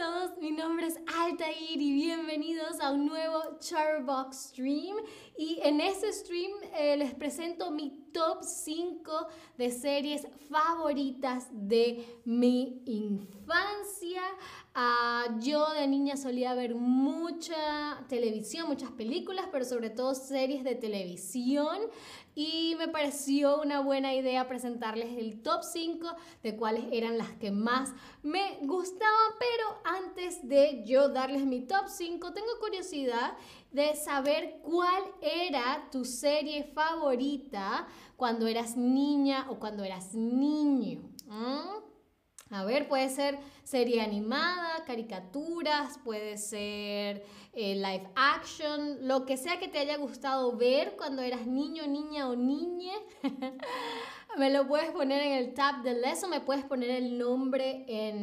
todos, mi nombre es Altair y bienvenidos a un nuevo Charbox Stream. Y en este stream les presento mi top 5 de series favoritas de mi infancia. Yo de niña solía ver mucha televisión, muchas películas, pero sobre todo series de televisión. Y me pareció una buena idea presentarles el top 5 de cuáles eran las que más me gustaban. Pero antes de yo darles mi top 5, tengo curiosidad de saber cuál era tu serie favorita cuando eras niña o cuando eras niño. A ver, puede ser serie animada, caricaturas, puede ser live action, lo que sea que te haya gustado ver cuando eras niño, niña o niñe. Me lo puedes poner en el tab de lesson, me puedes poner el nombre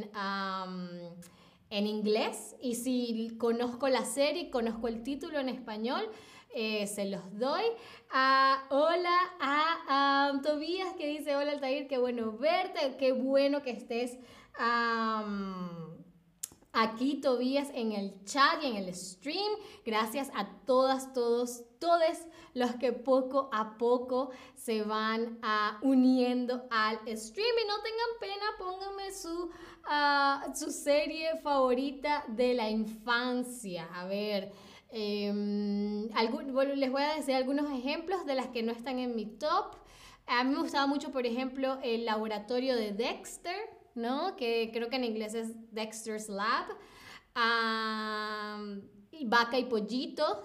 en inglés, y si conozco la serie, conozco el título en español, se los doy. Hola a Tobías, que dice: hola Altair, qué bueno verte, qué bueno que estés aquí, Tobías, en el chat y en el stream. Gracias a todas, todos los que poco a poco se van uniendo al stream. Y no tengan pena, pónganme su serie favorita de la infancia. A ver, les voy a decir algunos ejemplos de las que no están en mi top. A mí me gustaba mucho, por ejemplo, el laboratorio de Dexter, ¿no? Que creo que en inglés es Dexter's Lab. Y Vaca y Pollito.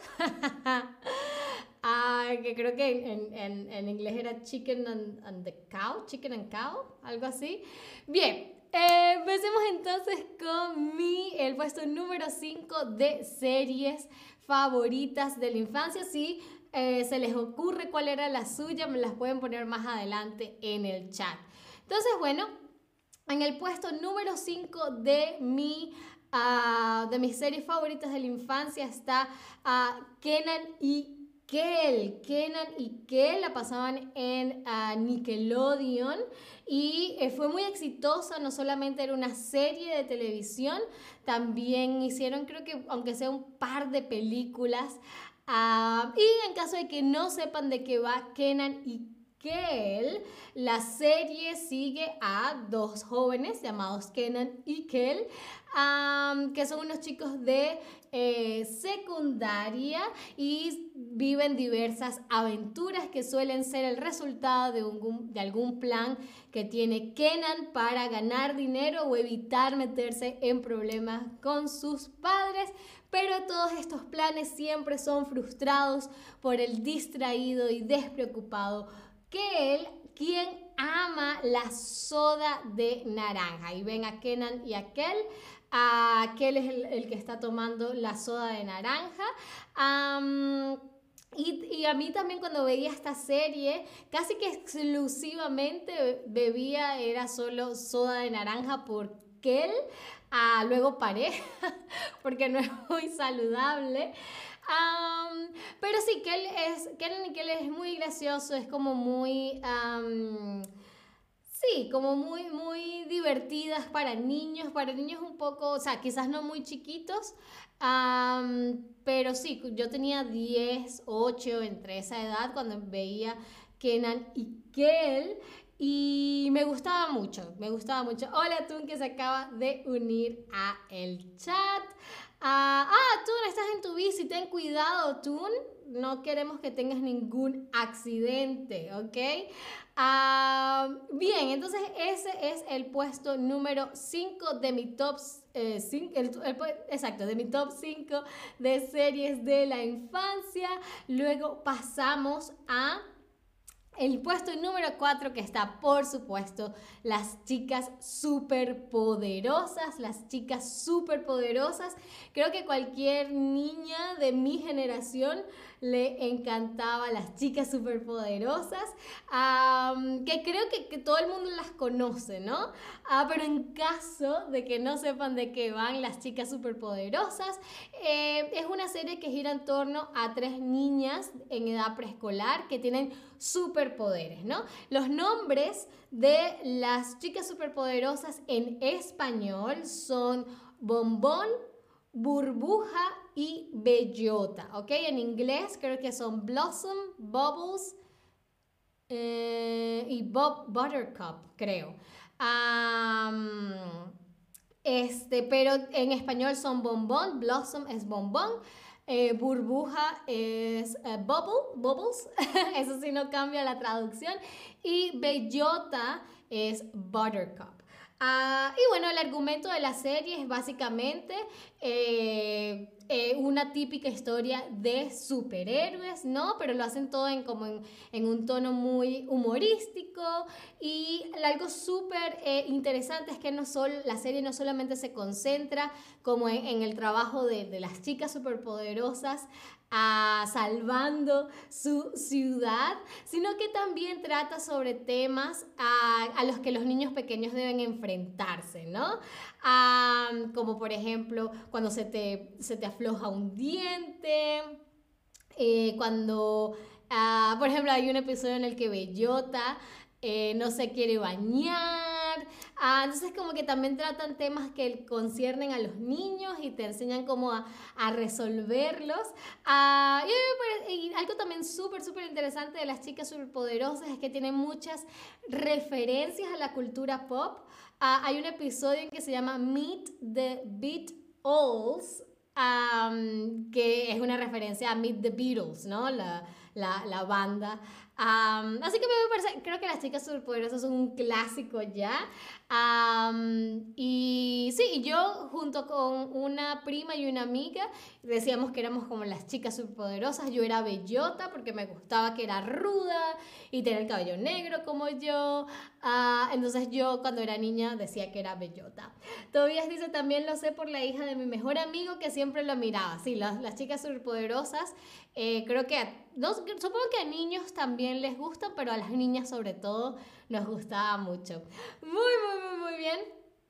Que creo que en inglés era Chicken and Cow, algo así. Bien. Empecemos entonces con el puesto número 5 de series favoritas de la infancia. Si se les ocurre cuál era la suya, me las pueden poner más adelante en el chat. Entonces, bueno, en el puesto número 5 de mis series favoritas de la infancia está Kenan y Kel. Kenan y Kel la pasaban en Nickelodeon y fue muy exitosa. No solamente era una serie de televisión, también hicieron, creo que aunque sea un par de películas. Y en caso de que no sepan de qué va Kenan y Kel, la serie sigue a dos jóvenes llamados Kenan y Kel, que son unos chicos de secundaria y viven diversas aventuras que suelen ser el resultado de algún plan que tiene Kenan para ganar dinero o evitar meterse en problemas con sus padres. Pero todos estos planes siempre son frustrados por el distraído y despreocupado Kel, quien ama la soda de naranja. Y ven a Kenan y a Kel. Kel es el que está tomando la soda de naranja. Y a mí también, cuando veía esta serie, casi que exclusivamente era solo soda de naranja por Kel. Luego paré porque no es muy saludable. Pero sí, Kenan y Kel es muy gracioso, es como muy, sí, como muy, muy divertidas para niños un poco, o sea, quizás no muy chiquitos, pero sí, yo tenía 10, 8, entre esa edad cuando veía Kenan y Kel. Y me gustaba mucho. Hola, Tun, que se acaba de unir a el chat. Tun, estás en tu bici, ten cuidado, Tun. No queremos que tengas ningún accidente, ¿ok? Bien, entonces ese es el puesto número 5 de mi top 5, de mi top 5 de series de la infancia. Luego pasamos a el puesto número 4, que está, por supuesto, las chicas superpoderosas. Creo que cualquier niña de mi generación le encantaba las chicas superpoderosas, que creo que todo el mundo las conoce, ¿no? Pero en caso de que no sepan de qué van las chicas superpoderosas, es una serie que gira en torno a 3 niñas en edad preescolar que tienen superpoderes, ¿no? Los nombres de las chicas superpoderosas en español son bombón, burbuja y bellota, ¿ok? En inglés creo que son blossom, bubbles y buttercup, creo. Pero en español son bombón, blossom es bombón, burbuja es bubbles, eso sí no cambia la traducción, y bellota es buttercup. Y bueno, el argumento de la serie es básicamente una típica historia de superhéroes, ¿no? Pero lo hacen todo en un tono muy humorístico y algo súper interesante es que la serie no solamente se concentra como en el trabajo de las chicas superpoderosas salvando su ciudad, sino que también trata sobre temas a los que los niños pequeños deben enfrentarse, ¿no? Como por ejemplo cuando se te afloja un diente, cuando, por ejemplo, hay un episodio en el que Bellota no se quiere bañar. Entonces como que también tratan temas que conciernen a los niños y te enseñan cómo a resolverlos. Y algo también súper, súper interesante de las chicas superpoderosas es que tienen muchas referencias a la cultura pop. Hay un episodio en que se llama Meet the Beat-Alls, que es una referencia a Meet the Beatles, ¿no? La banda. Así que me parece, creo que las chicas superpoderosas son un clásico ya. Y sí, yo junto con una prima y una amiga decíamos que éramos como las chicas superpoderosas. Yo era Bellota porque me gustaba que era ruda y tenía el cabello negro como yo. Entonces yo cuando era niña decía que era Bellota. Tobías dice, también lo sé por la hija de mi mejor amigo que siempre lo miraba. Sí, las chicas superpoderosas, creo que supongo que a niños también les gustan, pero a las niñas sobre todo nos gustaba mucho. Muy bien.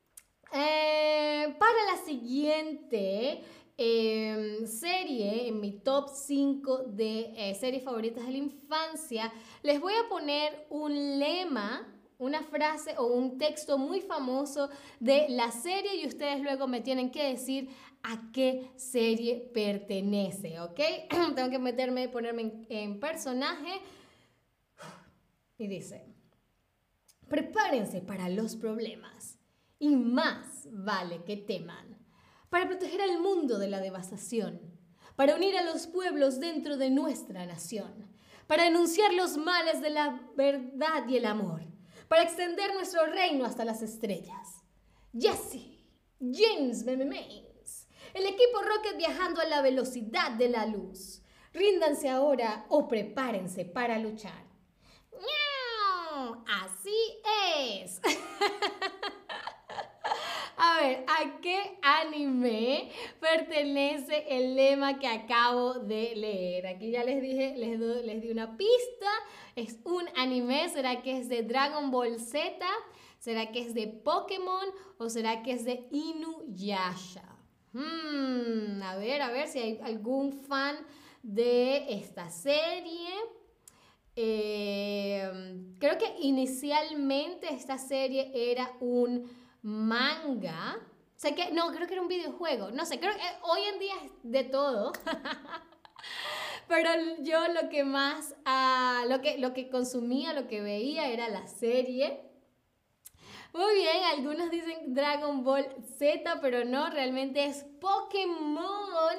Para la siguiente serie, en mi top 5 de series favoritas de la infancia, les voy a poner un lema, una frase o un texto muy famoso de la serie y ustedes luego me tienen que decir a qué serie pertenece, ¿ok? Tengo que ponerme en personaje. Y dice, prepárense para los problemas y más vale que teman, para proteger al mundo de la devastación, para unir a los pueblos dentro de nuestra nación, para denunciar los males de la verdad y el amor, para extender nuestro reino hasta las estrellas. Jesse, James Mames, el equipo Rocket viajando a la velocidad de la luz. Ríndanse ahora o prepárense para luchar. ¡Miau! Así es. A ver, ¿a qué anime pertenece el lema que acabo de leer? Aquí ya les dije, les di una pista. Es un anime. ¿Será que es de Dragon Ball Z? ¿Será que es de Pokémon? ¿O será que es de Inuyasha? A ver si hay algún fan de esta serie. Creo que inicialmente esta serie era un manga. Sé que, no, creo que era un videojuego. No sé, creo que hoy en día es de todo. Pero yo lo que más, lo que consumía, lo que veía era la serie. Muy bien, algunos dicen Dragon Ball Z, pero no, realmente es Pokémon.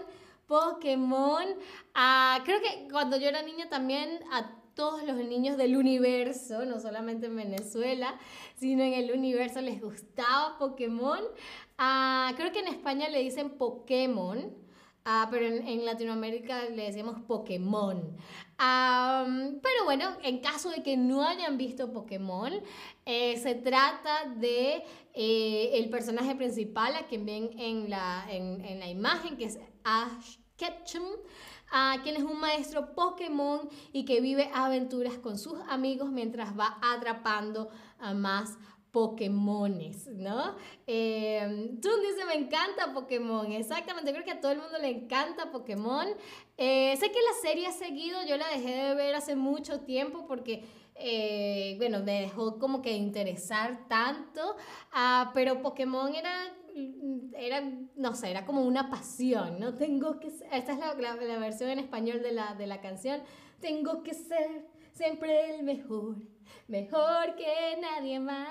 Creo que cuando yo era niña también a todos los niños del universo, no solamente en Venezuela, sino en el universo les gustaba Pokémon. Creo que en España le dicen Pokémon, pero en Latinoamérica le decíamos Pokémon. Pero bueno, en caso de que no hayan visto Pokémon, se trata de el personaje principal, a quien ven en la imagen, que es Ash Ketchum, quien es un maestro Pokémon y que vive aventuras con sus amigos mientras va atrapando a más Pokémones, ¿no? Tun dice, me encanta Pokémon. Exactamente, creo que a todo el mundo le encanta Pokémon. Sé que la serie ha seguido, yo la dejé de ver hace mucho tiempo porque, bueno, me dejó como que interesar tanto, pero Pokémon era era, no sé, era como una pasión, ¿no? Tengo que ser, esta es la versión en español de la canción, tengo que ser siempre el mejor, mejor que nadie más.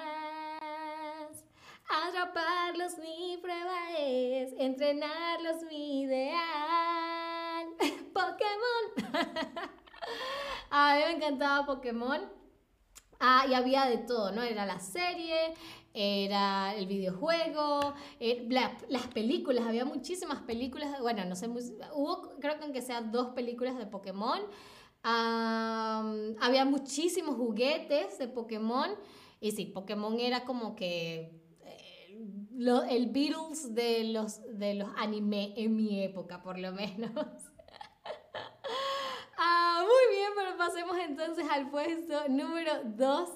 Atraparlos mi prueba es, entrenarlos mi ideal. Pokémon. A mí me encantaba Pokémon. Y había de todo, ¿no? Era la serie, era el videojuego, las películas, había muchísimas películas, bueno, no sé, hubo creo que aunque sea 2 películas de Pokémon, había muchísimos juguetes de Pokémon, y sí, Pokémon era como que el Beatles de los anime en mi época, por lo menos. Muy bien, pero pasemos entonces al puesto número 2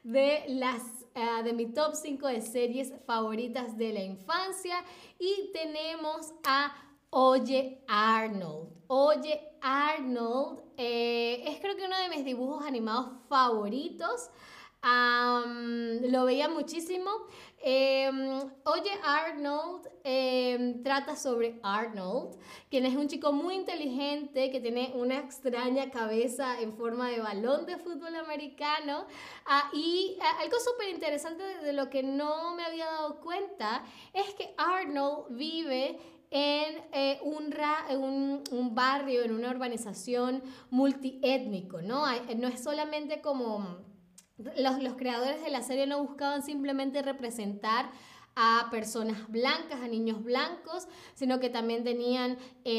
de mi top 5 de series favoritas de la infancia. Y tenemos a Oye Arnold. Oye Arnold es creo que uno de mis dibujos animados favoritos. Lo veía muchísimo. Oye Arnold trata sobre Arnold, quien es un chico muy inteligente que tiene una extraña cabeza en forma de balón de fútbol americano. Algo súper interesante de lo que no me había dado cuenta es que Arnold vive en un barrio, en una urbanización multiétnico, ¿no? No es solamente como los creadores de la serie no buscaban simplemente representar a personas blancas, a niños blancos, sino que también tenían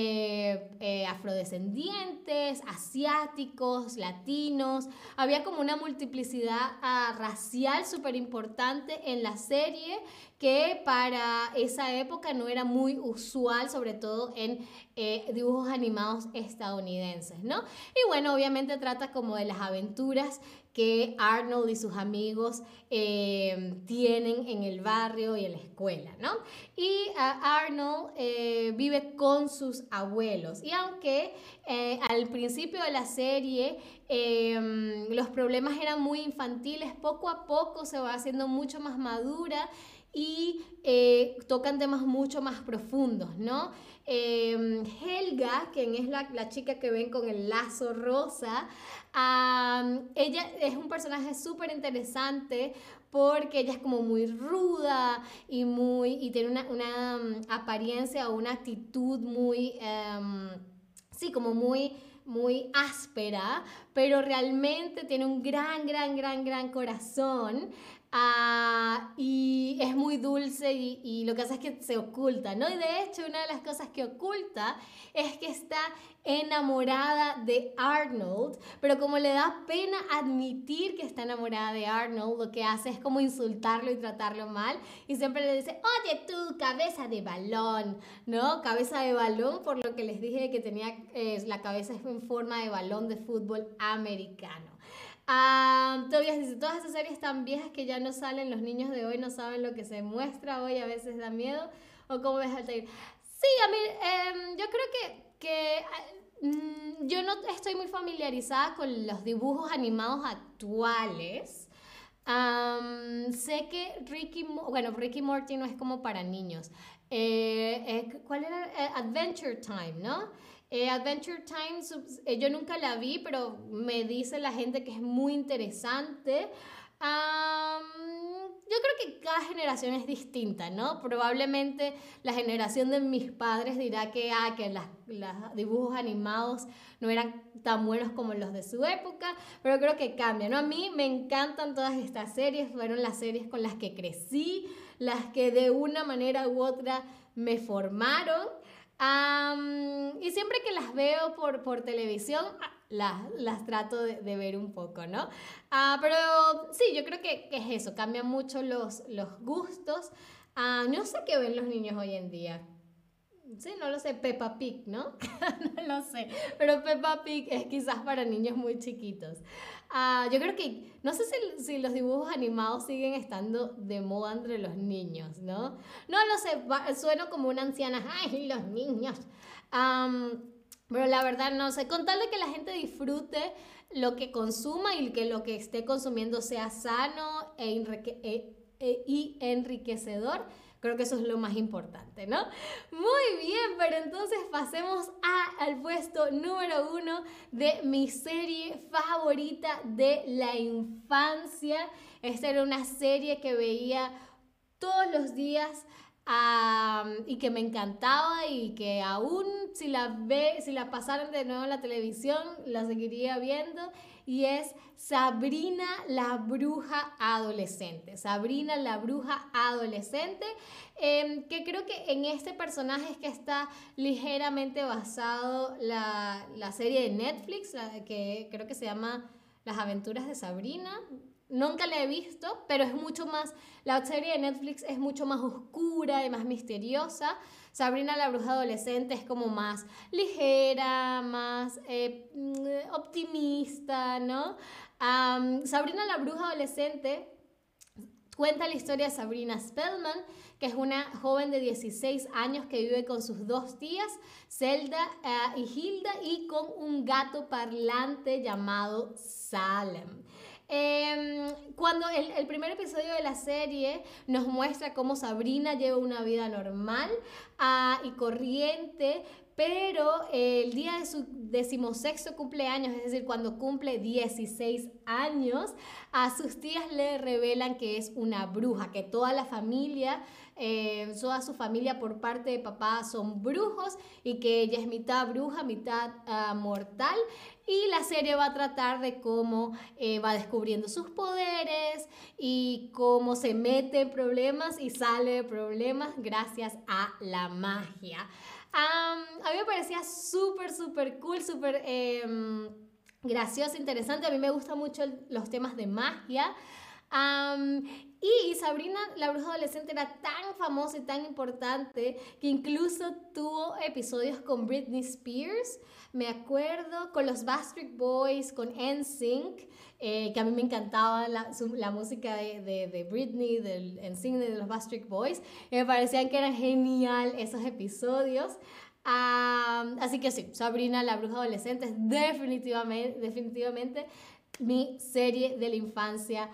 afrodescendientes, asiáticos, latinos. Había como una multiplicidad racial súper importante en la serie que para esa época no era muy usual, sobre todo en dibujos animados estadounidenses, ¿no? Y bueno, obviamente trata como de las aventuras que Arnold y sus amigos tienen en el barrio y en la escuela, ¿no? Y Arnold vive con sus abuelos. Y aunque al principio de la serie los problemas eran muy infantiles, poco a poco se va haciendo mucho más madura y tocan temas mucho más profundos, ¿no? Helga, quien es la chica que ven con el lazo rosa, ella es un personaje súper interesante porque ella es como muy ruda y tiene una apariencia o una actitud muy, sí, como muy áspera, pero realmente tiene un gran corazón. Y es muy dulce y lo que hace es que se oculta, ¿no? Y de hecho una de las cosas que oculta es que está enamorada de Arnold, pero como le da pena admitir que está enamorada de Arnold, lo que hace es como insultarlo y tratarlo mal y siempre le dice, oye tú, cabeza de balón, ¿no? Cabeza de balón, por lo que les dije que tenía la cabeza en forma de balón de fútbol americano. Tobias dice, todas esas series tan viejas que ya no salen, los niños de hoy no saben lo que se muestra hoy, a veces da miedo. ¿O cómo ves, Altair? Sí, a mí, yo creo que yo no estoy muy familiarizada con los dibujos animados actuales. Sé que Ricky y Morty no es como para niños. ¿Cuál era? Adventure Time, ¿no? Adventure Time, yo nunca la vi, pero me dice la gente que es muy interesante. Yo creo que cada generación es distinta, ¿no? Probablemente la generación de mis padres dirá que los dibujos animados no eran tan buenos como los de su época, pero creo que cambia, ¿no? A mí me encantan todas estas series, fueron las series con las que crecí, las que de una manera u otra me formaron. Y siempre que las veo por televisión, las trato de ver un poco, ¿no? Pero sí, yo creo que es eso, cambian mucho los gustos. No sé qué ven los niños hoy en día. Sí, no lo sé, Peppa Pig, ¿no? No lo sé, pero Peppa Pig es quizás para niños muy chiquitos. Yo creo que, no sé si los dibujos animados siguen estando de moda entre los niños, ¿no? No lo sé, sueno como una anciana, ¡ay, los niños! Pero la verdad no sé, con tal de que la gente disfrute lo que consuma y que lo que esté consumiendo sea sano y enriquecedor, Creo que eso es lo más importante, ¿no? Muy bien, pero entonces pasemos al puesto número 1 de mi serie favorita de la infancia. Esta era una serie que veía todos los días y que me encantaba y que aún si la pasaran de nuevo en la televisión, la seguiría viendo, y es Sabrina la Bruja Adolescente. Sabrina la Bruja Adolescente, que creo que en este personaje es que está ligeramente basado la serie de Netflix, que creo que se llama Las Aventuras de Sabrina. Nunca la he visto, pero es mucho más, la serie de Netflix es mucho más oscura y más misteriosa. Sabrina la Bruja Adolescente es como más ligera, más optimista, ¿no? Sabrina la Bruja Adolescente cuenta la historia de Sabrina Spellman, que es una joven de 16 años que vive con sus 2 tías, Zelda y Hilda, y con un gato parlante llamado Salem. Cuando el primer episodio de la serie nos muestra cómo Sabrina lleva una vida normal y corriente, pero el día de su 16º cumpleaños, es decir, cuando cumple 16 años, a sus tías le revelan que es una bruja, que toda la familia, toda su familia por parte de papá son brujos y que ella es mitad bruja, mitad mortal. Y la serie va a tratar de cómo va descubriendo sus poderes y cómo se mete en problemas y sale de problemas gracias a la magia. A mí me parecía súper cool, súper gracioso, interesante. A mí me gustan mucho los temas de magia. Y Sabrina la Bruja Adolescente era tan famosa y tan importante que incluso tuvo episodios con Britney Spears, me acuerdo, con los Backstreet Boys, con NSYNC, que a mí me encantaba la música de Britney, del NSYNC, de los Backstreet Boys, y me parecían que eran genial esos episodios. Así que sí, Sabrina la Bruja Adolescente es definitivamente mi serie de la infancia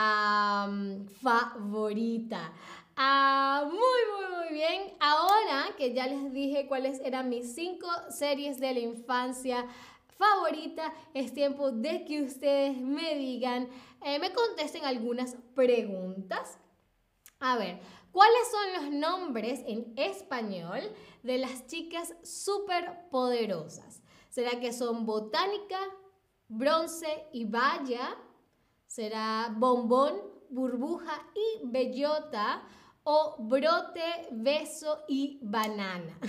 favorita. Muy bien. Ahora que ya les dije cuáles eran mis 5 series de la infancia favorita, es tiempo de que ustedes me digan, me contesten algunas preguntas. A ver, ¿cuáles son los nombres en español de las chicas superpoderosas? ¿Será que son Botánica, Bronce y Baya? ¿Será Bombón, Burbuja y Bellota? ¿O Brote, Beso y Banana?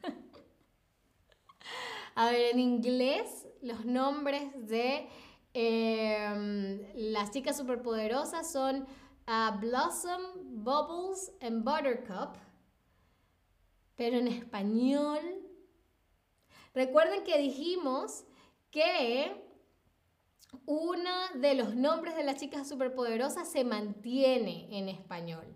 A ver, en inglés, los nombres de las chicas superpoderosas son Blossom, Bubbles y Buttercup. Pero en español, recuerden que dijimos que uno de los nombres de las chicas superpoderosas se mantiene en español.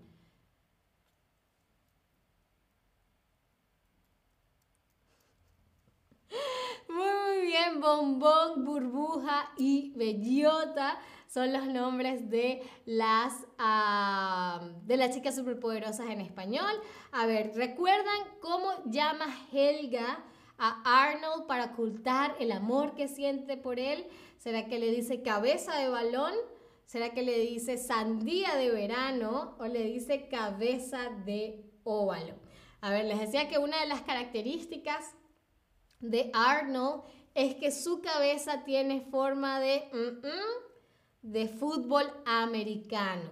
Muy bien, Bombón, Burbuja y Bellota son los nombres de las chicas superpoderosas en español. A ver, ¿recuerdan cómo llama Helga a Arnold para ocultar el amor que siente por él? ¿Será que le dice cabeza de balón? ¿Será que le dice sandía de verano? ¿O le dice cabeza de óvalo? A ver, les decía que una de las características de Arnold es que su cabeza tiene forma de fútbol americano.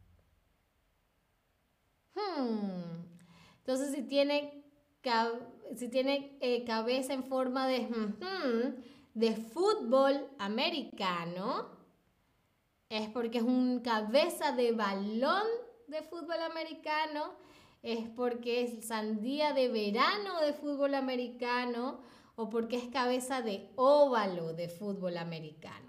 Entonces, si tiene cabeza en forma de fútbol americano, es porque es un cabeza de balón de fútbol americano, es porque es sandía de verano de fútbol americano, o porque es cabeza de óvalo de fútbol americano.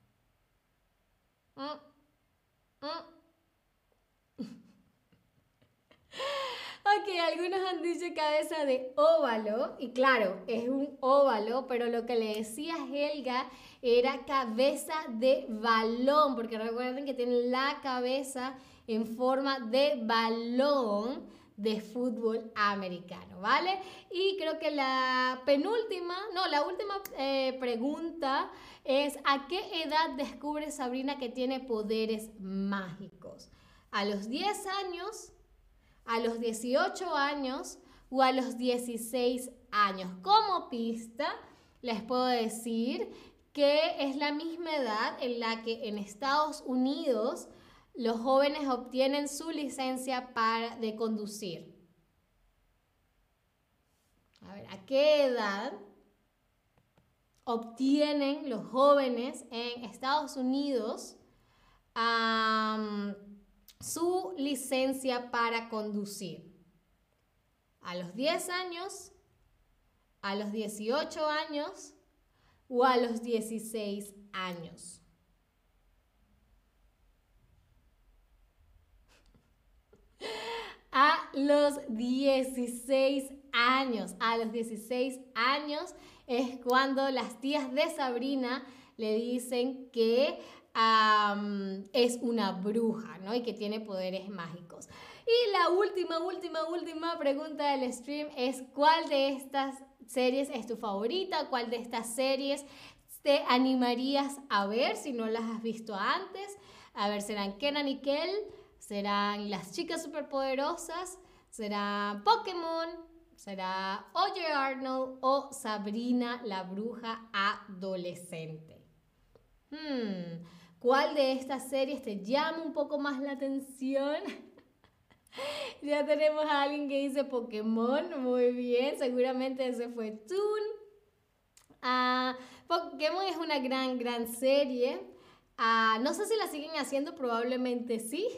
Ok, algunos han dicho cabeza de óvalo, y claro, es un óvalo, pero lo que le decía Helga era cabeza de balón, porque recuerden que tiene la cabeza en forma de balón de fútbol americano, ¿vale? Y creo que la última pregunta es: ¿a qué edad descubre Sabrina que tiene poderes mágicos? ¿A los 10 años, a los 18 años o a los 16 años? Como pista, les puedo decir que es la misma edad en la que en Estados Unidos los jóvenes obtienen su licencia de conducir. A ver, ¿a qué edad obtienen los jóvenes en Estados Unidos su licencia para conducir? ¿A los 10 años, a los 18 años o a los 16 años? A los 16 años. A los 16 años es cuando las tías de Sabrina le dicen que es una bruja, ¿no? Y que tiene poderes mágicos. Y la última pregunta del stream es: ¿cuál de estas series es tu favorita? ¿Cuál de estas series te animarías a ver si no las has visto antes? A ver, ¿serán Kenan y Kel? ¿Serán Las Chicas Superpoderosas? ¿Será Pokémon? ¿Será Oye Arnold? ¿O Sabrina la Bruja Adolescente? ¿Cuál de estas series te llama un poco más la atención? Ya tenemos a alguien que dice Pokémon. Muy bien, seguramente ese fue Toon. Pokémon es una gran serie. No sé si la siguen haciendo, probablemente sí.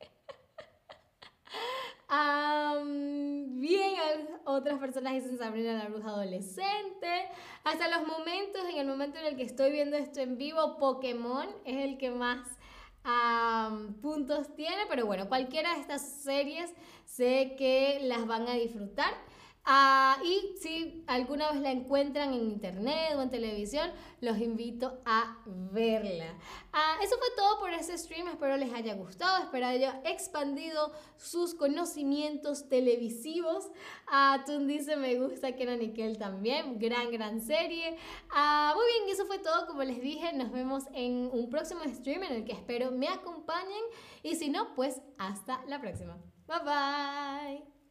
Bien, otras personas dicen Sabrina la Bruja Adolescente. Hasta en el momento en el que estoy viendo esto en vivo, Pokémon es el que más puntos tiene. Pero bueno, cualquiera de estas series sé que las van a disfrutar. Y si alguna vez la encuentran en internet o en televisión, los invito a verla. Eso fue todo por este stream. Espero les haya gustado, espero haya expandido sus conocimientos televisivos. Tun dice me gusta Kenan y Kel también, gran serie. Muy bien, eso fue todo. Como les dije, nos vemos en un próximo stream en el que espero me acompañen, y si no, pues hasta la próxima. Bye bye.